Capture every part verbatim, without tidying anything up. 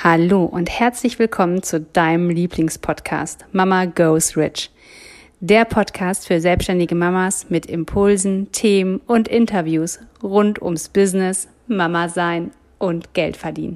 Hallo und herzlich willkommen zu deinem Lieblingspodcast Mama Goes Rich. Der Podcast für selbstständige Mamas mit Impulsen, Themen und Interviews rund ums Business, Mama sein und Geld verdienen.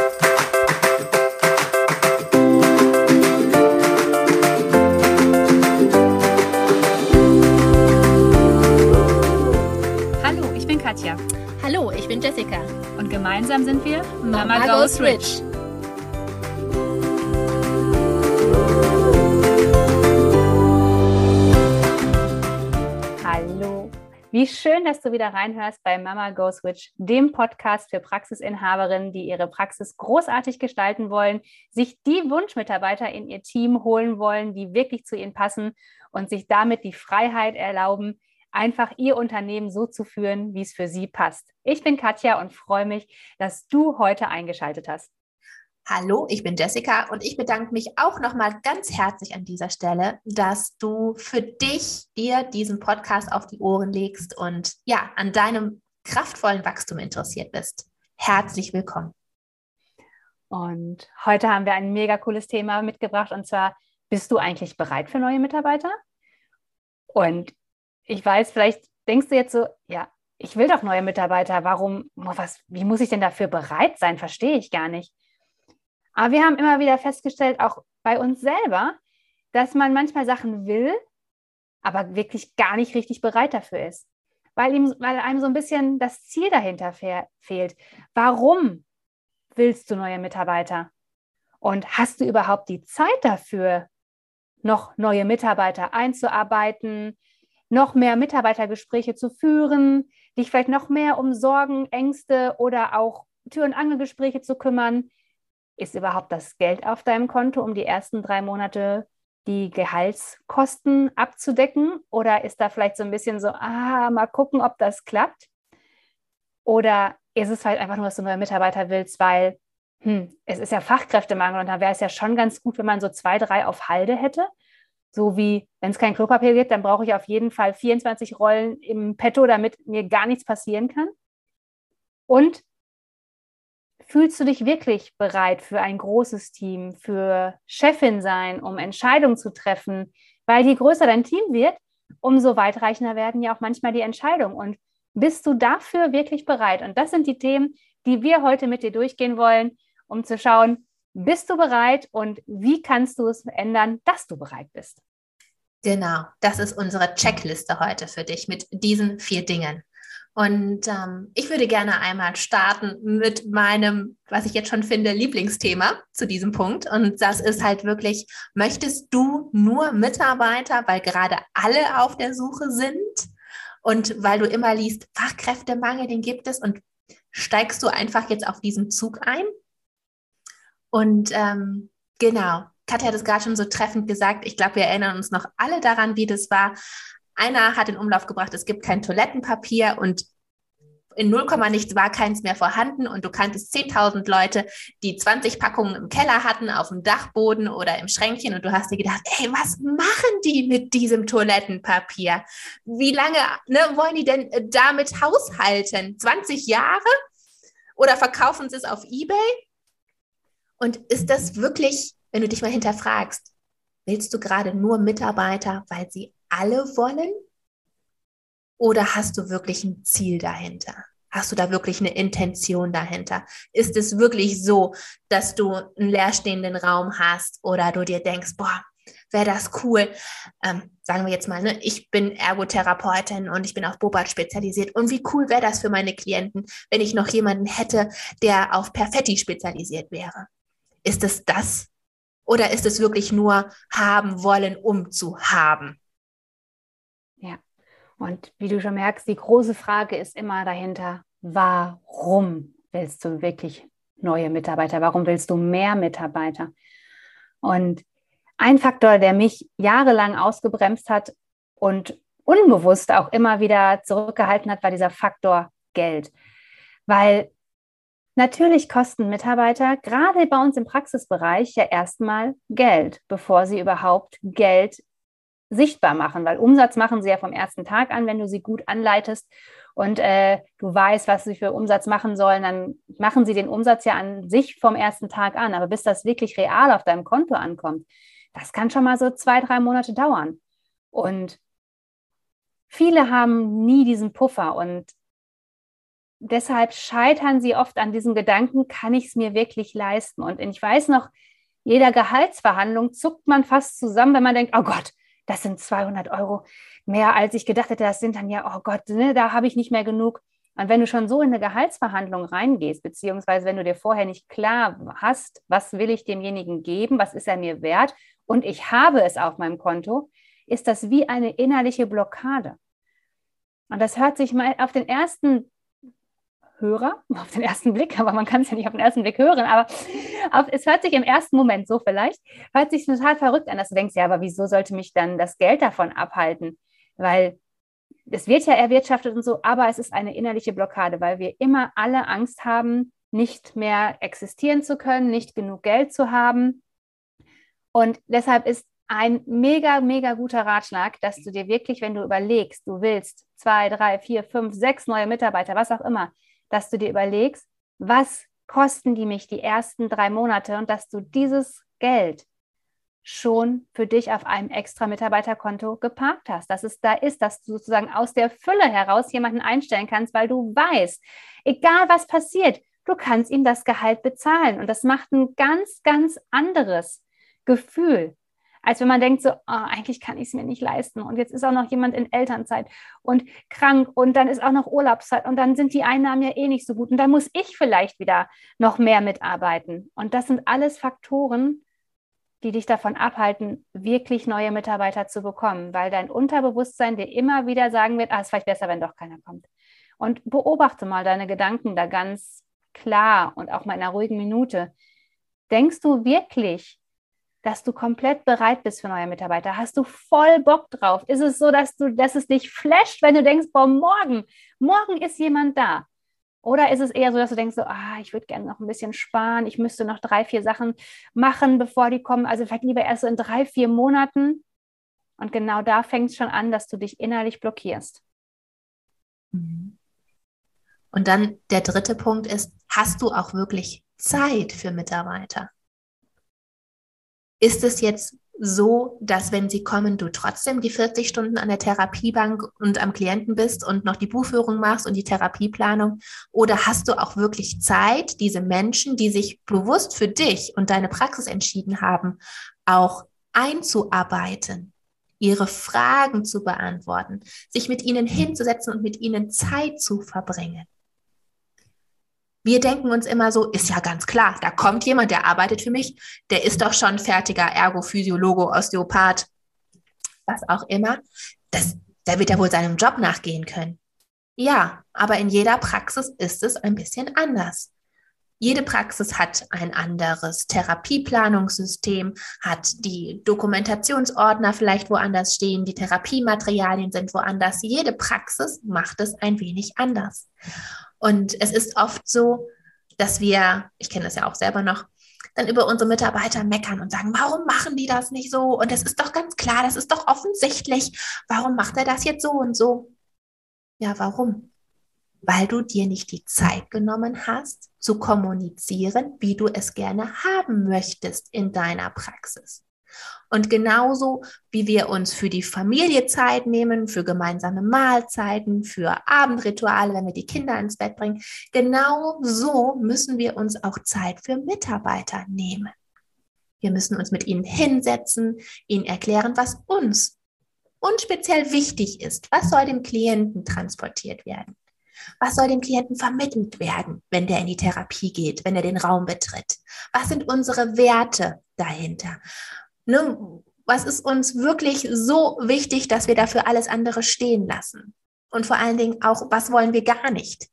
Hallo, ich bin Katja. Hallo, ich bin Jessica. Und gemeinsam sind wir Mama, Mama Goes Rich. Hallo, wie schön, dass du wieder reinhörst bei Mama Goes Rich, dem Podcast für Praxisinhaberinnen, die ihre Praxis großartig gestalten wollen, sich die Wunschmitarbeiter in ihr Team holen wollen, die wirklich zu ihnen passen und sich damit die Freiheit erlauben, einfach ihr Unternehmen so zu führen, wie es für sie passt. Ich bin Katja und freue mich, dass du heute eingeschaltet hast. Hallo, ich bin Jessica und ich bedanke mich auch nochmal ganz herzlich an dieser Stelle, dass du für dich dir diesen Podcast auf die Ohren legst und ja, an deinem kraftvollen Wachstum interessiert bist. Herzlich willkommen. Und heute haben wir ein mega cooles Thema mitgebracht und zwar, bist du eigentlich bereit für neue Mitarbeiter? Und ich weiß, vielleicht denkst du jetzt so, ja, ich will doch neue Mitarbeiter, warum, was, wie muss ich denn dafür bereit sein? Verstehe ich gar nicht. Aber wir haben immer wieder festgestellt, auch bei uns selber, dass man manchmal Sachen will, aber wirklich gar nicht richtig bereit dafür ist. Weil, ihm, weil einem so ein bisschen das Ziel dahinter fe- fehlt. Warum willst du neue Mitarbeiter? Und hast du überhaupt die Zeit dafür, noch neue Mitarbeiter einzuarbeiten, noch mehr Mitarbeitergespräche zu führen, dich vielleicht noch mehr um Sorgen, Ängste oder auch Tür- und Angelgespräche zu kümmern? Ist überhaupt das Geld auf deinem Konto, um die ersten drei Monate die Gehaltskosten abzudecken? Oder ist da vielleicht so ein bisschen so, ah, mal gucken, ob das klappt? Oder ist es halt einfach nur, dass du neue Mitarbeiter willst, weil hm, es ist ja Fachkräftemangel und da wäre es ja schon ganz gut, wenn man so zwei, drei auf Halde hätte. So wie, wenn es kein Klopapier gibt, dann brauche ich auf jeden Fall vierundzwanzig Rollen im Petto, damit mir gar nichts passieren kann. Und fühlst du dich wirklich bereit für ein großes Team, für Chefin sein, um Entscheidungen zu treffen? Weil je größer dein Team wird, umso weitreichender werden ja auch manchmal die Entscheidungen. Und bist du dafür wirklich bereit? Und das sind die Themen, die wir heute mit dir durchgehen wollen, um zu schauen, bist du bereit und wie kannst du es ändern, dass du bereit bist? Genau, das ist unsere Checkliste heute für dich mit diesen vier Dingen. Und ähm, ich würde gerne einmal starten mit meinem, was ich jetzt schon finde, Lieblingsthema zu diesem Punkt. Und das ist halt wirklich, möchtest du nur Mitarbeiter, weil gerade alle auf der Suche sind und weil du immer liest, Fachkräftemangel, den gibt es und steigst du einfach jetzt auf diesen Zug ein? Und ähm, genau, Katja hat es gerade schon so treffend gesagt. Ich glaube, wir erinnern uns noch alle daran, wie das war. Einer hat in Umlauf gebracht, es gibt kein Toilettenpapier und in null Komma nichts war keins mehr vorhanden und du kanntest zehntausend Leute, die zwanzig Packungen im Keller hatten, auf dem Dachboden oder im Schränkchen und du hast dir gedacht, hey, was machen die mit diesem Toilettenpapier? Wie lange ne, wollen die denn damit haushalten? zwanzig Jahre? Oder verkaufen sie es auf eBay? Und ist das wirklich, wenn du dich mal hinterfragst, willst du gerade nur Mitarbeiter, weil sie alle wollen? Oder hast du wirklich ein Ziel dahinter? Hast du da wirklich eine Intention dahinter? Ist es wirklich so, dass du einen leerstehenden Raum hast oder du dir denkst, boah, wäre das cool? Ähm, sagen wir jetzt mal, ne, ich bin Ergotherapeutin und ich bin auf Bobat spezialisiert. Und wie cool wäre das für meine Klienten, wenn ich noch jemanden hätte, der auf Perfetti spezialisiert wäre? Ist es das? Oder ist es wirklich nur haben wollen, um zu haben? Ja, und wie du schon merkst, die große Frage ist immer dahinter, warum willst du wirklich neue Mitarbeiter? Warum willst du mehr Mitarbeiter? Und ein Faktor, der mich jahrelang ausgebremst hat und unbewusst auch immer wieder zurückgehalten hat, war dieser Faktor Geld. Weil natürlich kosten Mitarbeiter, gerade bei uns im Praxisbereich, ja erstmal Geld, bevor sie überhaupt Geld sichtbar machen, weil Umsatz machen sie ja vom ersten Tag an, wenn du sie gut anleitest und äh, du weißt, was sie für Umsatz machen sollen, dann machen sie den Umsatz ja an sich vom ersten Tag an. Aber bis das wirklich real auf deinem Konto ankommt, das kann schon mal so zwei, drei Monate dauern. Und viele haben nie diesen Puffer und deshalb scheitern sie oft an diesem Gedanken, kann ich es mir wirklich leisten? Und ich weiß noch, jeder Gehaltsverhandlung zuckt man fast zusammen, wenn man denkt, oh Gott, das sind zweihundert Euro mehr, als ich gedacht hätte, das sind dann ja, oh Gott, ne, da habe ich nicht mehr genug. Und wenn du schon so in eine Gehaltsverhandlung reingehst, beziehungsweise wenn du dir vorher nicht klar hast, was will ich demjenigen geben, was ist er mir wert und ich habe es auf meinem Konto, ist das wie eine innerliche Blockade. Und das hört sich mal auf den ersten Hörer, auf den ersten Blick, aber man kann es ja nicht auf den ersten Blick hören, aber auf, es hört sich im ersten Moment so vielleicht, hört sich total verrückt an, dass du denkst, ja, aber wieso sollte mich dann das Geld davon abhalten? Weil es wird ja erwirtschaftet und so, aber es ist eine innerliche Blockade, weil wir immer alle Angst haben, nicht mehr existieren zu können, nicht genug Geld zu haben. Und deshalb ist ein mega, mega guter Ratschlag, dass du dir wirklich, wenn du überlegst, du willst zwei, drei, vier, fünf, sechs neue Mitarbeiter, was auch immer, dass du dir überlegst, was kosten die mich die ersten drei Monate und dass du dieses Geld schon für dich auf einem extra Mitarbeiterkonto geparkt hast, dass es da ist, dass du sozusagen aus der Fülle heraus jemanden einstellen kannst, weil du weißt, egal was passiert, du kannst ihm das Gehalt bezahlen und das macht ein ganz, ganz anderes Gefühl, als wenn man denkt so, oh, eigentlich kann ich es mir nicht leisten und jetzt ist auch noch jemand in Elternzeit und krank und dann ist auch noch Urlaubszeit und dann sind die Einnahmen ja eh nicht so gut und dann muss ich vielleicht wieder noch mehr mitarbeiten. Und das sind alles Faktoren, die dich davon abhalten, wirklich neue Mitarbeiter zu bekommen, weil dein Unterbewusstsein dir immer wieder sagen wird, ah, es ist vielleicht besser, wenn doch keiner kommt. Und beobachte mal deine Gedanken da ganz klar und auch mal in einer ruhigen Minute. Denkst du wirklich, dass du komplett bereit bist für neue Mitarbeiter? Hast du voll Bock drauf? Ist es so, dass du, dass es dich flasht, wenn du denkst, boah, morgen, morgen ist jemand da? Oder ist es eher so, dass du denkst, so, ah, ich würde gerne noch ein bisschen sparen, ich müsste noch drei, vier Sachen machen, bevor die kommen, also vielleicht lieber erst so in drei, vier Monaten. Und genau da fängt es schon an, dass du dich innerlich blockierst. Und dann der dritte Punkt ist, hast du auch wirklich Zeit für Mitarbeiter? Ist es jetzt so, dass wenn sie kommen, du trotzdem die vierzig Stunden an der Therapiebank und am Klienten bist und noch die Buchführung machst und die Therapieplanung? Oder hast du auch wirklich Zeit, diese Menschen, die sich bewusst für dich und deine Praxis entschieden haben, auch einzuarbeiten, ihre Fragen zu beantworten, sich mit ihnen hinzusetzen und mit ihnen Zeit zu verbringen? Wir denken uns immer so, ist ja ganz klar, da kommt jemand, der arbeitet für mich, der ist doch schon fertiger Ergo, Physiologe, Osteopath, was auch immer. Das, der wird ja wohl seinem Job nachgehen können. Ja, aber in jeder Praxis ist es ein bisschen anders. Jede Praxis hat ein anderes Therapieplanungssystem, hat die Dokumentationsordner vielleicht woanders stehen, die Therapiematerialien sind woanders. Jede Praxis macht es ein wenig anders. Und es ist oft so, dass wir, ich kenne das ja auch selber noch, dann über unsere Mitarbeiter meckern und sagen, warum machen die das nicht so? Und das ist doch ganz klar, das ist doch offensichtlich. Warum macht er das jetzt so und so? Ja, warum? Weil du dir nicht die Zeit genommen hast, zu kommunizieren, wie du es gerne haben möchtest in deiner Praxis. Und genauso wie wir uns für die Familie Zeit nehmen, für gemeinsame Mahlzeiten, für Abendrituale, wenn wir die Kinder ins Bett bringen, genau so müssen wir uns auch Zeit für Mitarbeiter nehmen. Wir müssen uns mit ihnen hinsetzen, ihnen erklären, was uns und speziell wichtig ist. Was soll dem Klienten transportiert werden? Was soll dem Klienten vermittelt werden, wenn der in die Therapie geht, wenn er den Raum betritt? Was sind unsere Werte dahinter? Ne, was ist uns wirklich so wichtig, dass wir dafür alles andere stehen lassen? Und vor allen Dingen auch, was wollen wir gar nicht?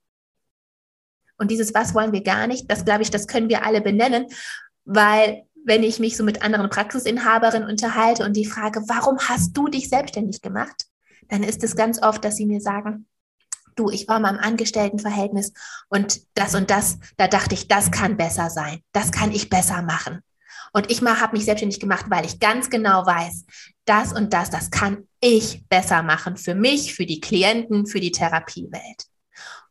Und dieses was wollen wir gar nicht, das glaube ich, das können wir alle benennen, weil wenn ich mich so mit anderen Praxisinhaberinnen unterhalte und die frage, warum hast du dich selbstständig gemacht? Dann ist es ganz oft, dass sie mir sagen, du, ich war mal im Angestelltenverhältnis und das und das, da dachte ich, das kann besser sein, das kann ich besser machen. Und ich habe mich selbstständig gemacht, weil ich ganz genau weiß, das und das, das kann ich besser machen für mich, für die Klienten, für die Therapiewelt.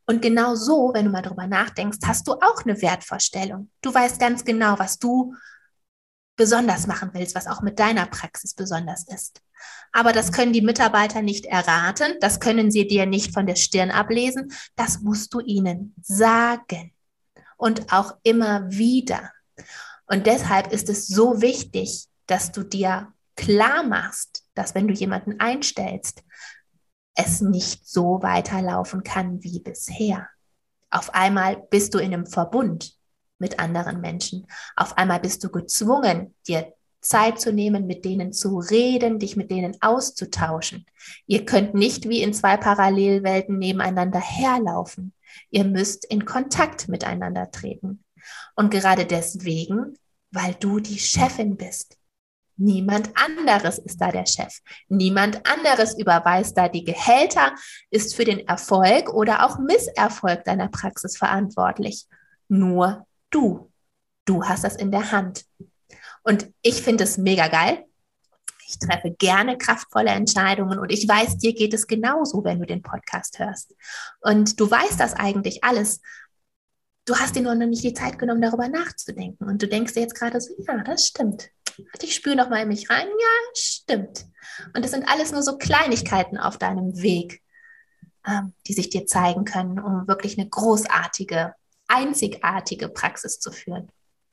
Und genau so, wenn du mal drüber nachdenkst, hast du auch eine Wertvorstellung. Du weißt ganz genau, was du besonders machen willst, was auch mit deiner Praxis besonders ist. Aber das können die Mitarbeiter nicht erraten, das können sie dir nicht von der Stirn ablesen, das musst du ihnen sagen und auch immer wieder. Und deshalb ist es so wichtig, dass du dir klar machst, dass wenn du jemanden einstellst, es nicht so weiterlaufen kann wie bisher. Auf einmal bist du in einem Verbund mit anderen Menschen. Auf einmal bist du gezwungen, dir Zeit zu nehmen, mit denen zu reden, dich mit denen auszutauschen. Ihr könnt nicht wie in zwei Parallelwelten nebeneinander herlaufen. Ihr müsst in Kontakt miteinander treten. Und gerade deswegen, weil du die Chefin bist. Niemand anderes ist da der Chef. Niemand anderes überweist da die Gehälter, ist für den Erfolg oder auch Misserfolg deiner Praxis verantwortlich. Nur du. Du hast das in der Hand. Und ich finde es mega geil. Ich treffe gerne kraftvolle Entscheidungen und ich weiß, dir geht es genauso, wenn du den Podcast hörst. Und du weißt das eigentlich alles. Du hast dir nur noch nicht die Zeit genommen, darüber nachzudenken. Und du denkst dir jetzt gerade so, ja, das stimmt. Ich spüre noch mal in mich rein. Ja, stimmt. Und das sind alles nur so Kleinigkeiten auf deinem Weg, ähm, die sich dir zeigen können, um wirklich eine großartige, einzigartige Praxis zu führen.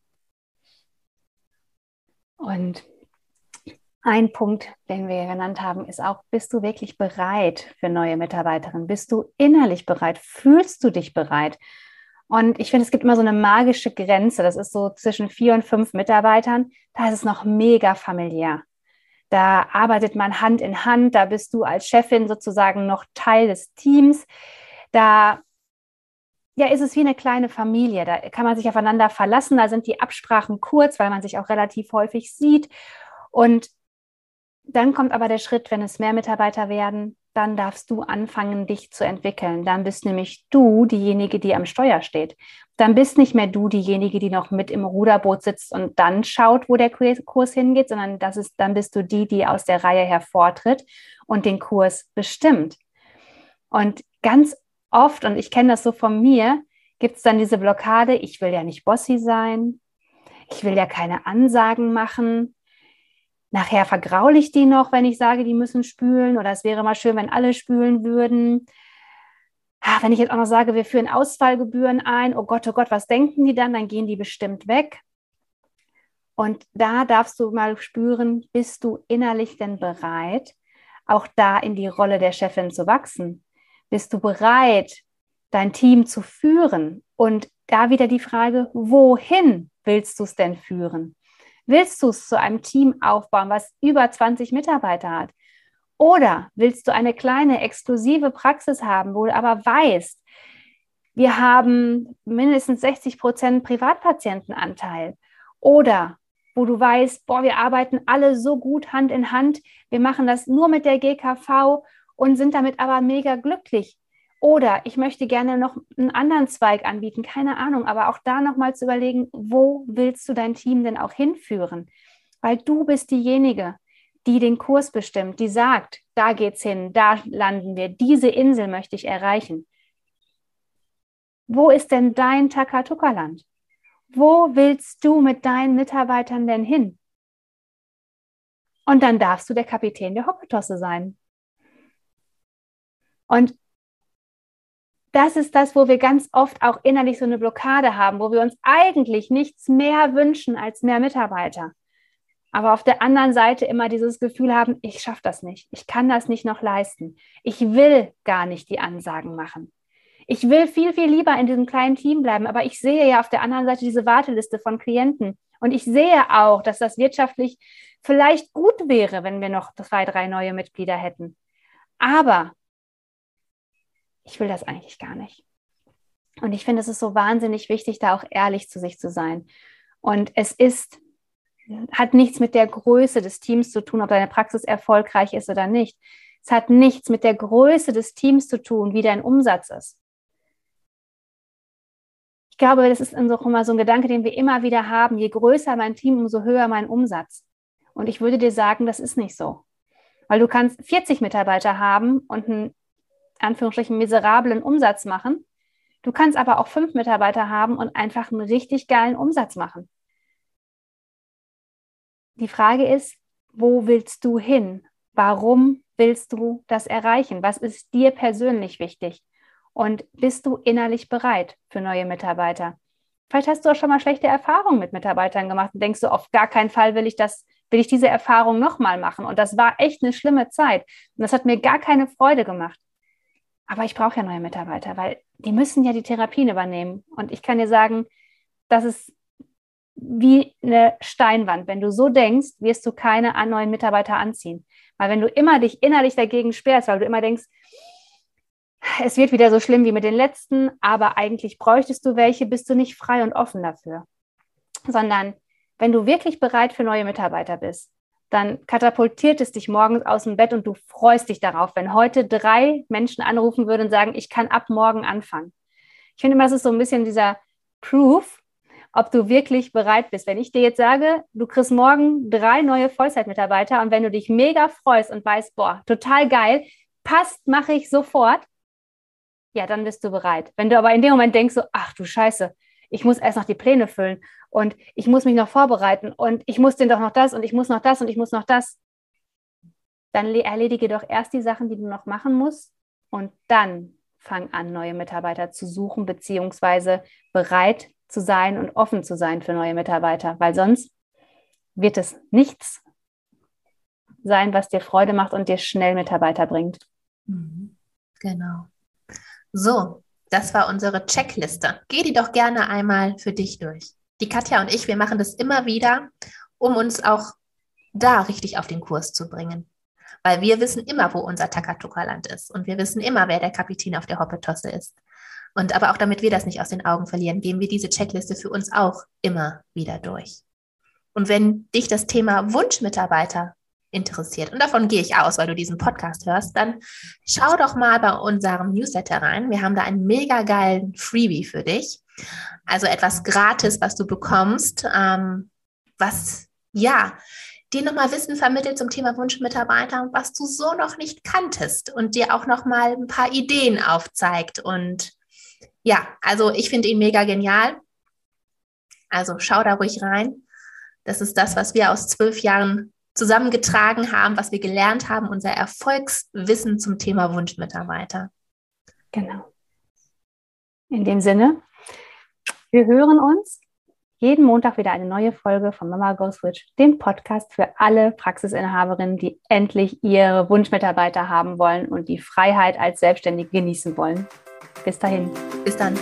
Und ein Punkt, den wir genannt haben, ist auch, bist du wirklich bereit für neue Mitarbeiterinnen? Bist du innerlich bereit? Fühlst du dich bereit? Und ich finde, es gibt immer so eine magische Grenze. Das ist so zwischen vier und fünf Mitarbeitern. Da ist es noch mega familiär. Da arbeitet man Hand in Hand. Da bist du als Chefin sozusagen noch Teil des Teams. Da ja, ist es wie eine kleine Familie. Da kann man sich aufeinander verlassen. Da sind die Absprachen kurz, weil man sich auch relativ häufig sieht. Und dann kommt aber der Schritt, wenn es mehr Mitarbeiter werden, dann darfst du anfangen, dich zu entwickeln. Dann bist nämlich du diejenige, die am Steuer steht. Dann bist nicht mehr du diejenige, die noch mit im Ruderboot sitzt und dann schaut, wo der Kurs hingeht, sondern das ist, dann bist du die, die aus der Reihe hervortritt und den Kurs bestimmt. Und ganz oft, und ich kenne das so von mir, gibt es dann diese Blockade, ich will ja nicht bossy sein, ich will ja keine Ansagen machen. Nachher vergraule ich die noch, wenn ich sage, die müssen spülen. Oder es wäre mal schön, wenn alle spülen würden. Wenn ich jetzt auch noch sage, wir führen Ausfallgebühren ein. Oh Gott, oh Gott, was denken die dann? Dann gehen die bestimmt weg. Und da darfst du mal spüren, bist du innerlich denn bereit, auch da in die Rolle der Chefin zu wachsen? Bist du bereit, dein Team zu führen? Und da wieder die Frage, wohin willst du es denn führen? Willst du es zu einem Team aufbauen, was über zwanzig Mitarbeiter hat? Oder willst du eine kleine, exklusive Praxis haben, wo du aber weißt, wir haben mindestens sechzig Prozent Privatpatientenanteil? Oder wo du weißt, boah, wir arbeiten alle so gut Hand in Hand, wir machen das nur mit der G K V und sind damit aber mega glücklich. Oder ich möchte gerne noch einen anderen Zweig anbieten, keine Ahnung, aber auch da nochmal zu überlegen, wo willst du dein Team denn auch hinführen? Weil du bist diejenige, die den Kurs bestimmt, die sagt, da geht's hin, da landen wir, diese Insel möchte ich erreichen. Wo ist denn dein Takatuka-Land? Wo willst du mit deinen Mitarbeitern denn hin? Und dann darfst du der Kapitän der Hoppetosse sein. Und das ist das, wo wir ganz oft auch innerlich so eine Blockade haben, wo wir uns eigentlich nichts mehr wünschen als mehr Mitarbeiter. Aber auf der anderen Seite immer dieses Gefühl haben, ich schaffe das nicht, ich kann das nicht noch leisten. Ich will gar nicht die Ansagen machen. Ich will viel, viel lieber in diesem kleinen Team bleiben, aber ich sehe ja auf der anderen Seite diese Warteliste von Klienten. Und ich sehe auch, dass das wirtschaftlich vielleicht gut wäre, wenn wir noch zwei, drei neue Mitglieder hätten. Aber ich will das eigentlich gar nicht. Und ich finde, es ist so wahnsinnig wichtig, da auch ehrlich zu sich zu sein. Und es ist, hat nichts mit der Größe des Teams zu tun, ob deine Praxis erfolgreich ist oder nicht. Es hat nichts mit der Größe des Teams zu tun, wie dein Umsatz ist. Ich glaube, das ist auch immer so ein Gedanke, den wir immer wieder haben. Je größer mein Team, umso höher mein Umsatz. Und ich würde dir sagen, das ist nicht so. Weil du kannst vierzig Mitarbeiter haben und einen Anführungsstrichen miserablen Umsatz machen. Du kannst aber auch fünf Mitarbeiter haben und einfach einen richtig geilen Umsatz machen. Die Frage ist, wo willst du hin? Warum willst du das erreichen? Was ist dir persönlich wichtig? Und bist du innerlich bereit für neue Mitarbeiter? Vielleicht hast du auch schon mal schlechte Erfahrungen mit Mitarbeitern gemacht und denkst du, auf gar keinen Fall will ich das, will ich diese Erfahrung nochmal machen. Und das war echt eine schlimme Zeit. Und das hat mir gar keine Freude gemacht. Aber ich brauche ja neue Mitarbeiter, weil die müssen ja die Therapien übernehmen. Und ich kann dir sagen, das ist wie eine Steinwand. Wenn du so denkst, wirst du keine neuen Mitarbeiter anziehen. Weil wenn du immer dich innerlich dagegen sperrst, weil du immer denkst, es wird wieder so schlimm wie mit den letzten, aber eigentlich bräuchtest du welche, bist du nicht frei und offen dafür. Sondern wenn du wirklich bereit für neue Mitarbeiter bist, dann katapultiert es dich morgens aus dem Bett und du freust dich darauf, wenn heute drei Menschen anrufen würden und sagen, ich kann ab morgen anfangen. Ich finde immer, das ist so ein bisschen dieser Proof, ob du wirklich bereit bist. Wenn ich dir jetzt sage, du kriegst morgen drei neue Vollzeitmitarbeiter und wenn du dich mega freust und weißt, boah, total geil, passt, mache ich sofort, ja, dann bist du bereit. Wenn du aber in dem Moment denkst, so, ach du Scheiße, ich muss erst noch die Pläne füllen und ich muss mich noch vorbereiten und ich muss denn doch noch das und ich muss noch das und ich muss noch das, dann erledige doch erst die Sachen, die du noch machen musst und dann fang an, neue Mitarbeiter zu suchen, beziehungsweise bereit zu sein und offen zu sein für neue Mitarbeiter, weil sonst wird es nichts sein, was dir Freude macht und dir schnell Mitarbeiter bringt. Genau. So, das war unsere Checkliste. Geh die doch gerne einmal für dich durch. Die Katja und ich, wir machen das immer wieder, um uns auch da richtig auf den Kurs zu bringen. Weil wir wissen immer, wo unser Takatuka-Land ist. Und wir wissen immer, wer der Kapitän auf der Hoppetosse ist. Und aber auch damit wir das nicht aus den Augen verlieren, gehen wir diese Checkliste für uns auch immer wieder durch. Und wenn dich das Thema Wunschmitarbeiter interessiert, und davon gehe ich aus, weil du diesen Podcast hörst, dann schau doch mal bei unserem Newsletter rein. Wir haben da einen mega geilen Freebie für dich. Also etwas gratis, was du bekommst, ähm, was, ja, dir nochmal Wissen vermittelt zum Thema Wunschmitarbeiter, was du so noch nicht kanntest und dir auch nochmal ein paar Ideen aufzeigt. Und ja, also ich finde ihn mega genial. Also schau da ruhig rein. Das ist das, was wir aus zwölf Jahren zusammengetragen haben, was wir gelernt haben, unser Erfolgswissen zum Thema Wunschmitarbeiter. Genau. In dem Sinne, wir hören uns jeden Montag wieder eine neue Folge von Mama Goes Rich, dem Podcast für alle Praxisinhaberinnen, die endlich ihre Wunschmitarbeiter haben wollen und die Freiheit als Selbstständige genießen wollen. Bis dahin. Bis dann.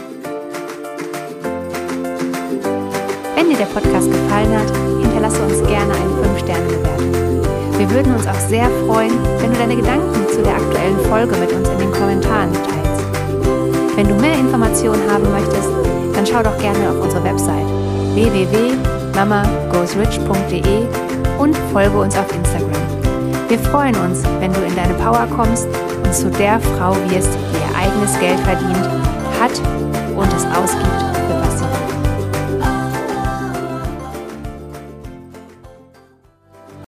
Wenn dir der Podcast gefallen hat, hinterlasse uns gerne eine fünf Sterne Bewertung. Wir würden uns auch sehr freuen, wenn du deine Gedanken zu der aktuellen Folge mit uns in den Kommentaren teilst. Wenn du mehr Informationen haben möchtest, dann schau doch gerne auf unsere Website w w w punkt mama goes rich punkt d e und folge uns auf Instagram. Wir freuen uns, wenn du in deine Power kommst und zu der Frau wirst, die ihr eigenes Geld verdient, hat und es ausgibt für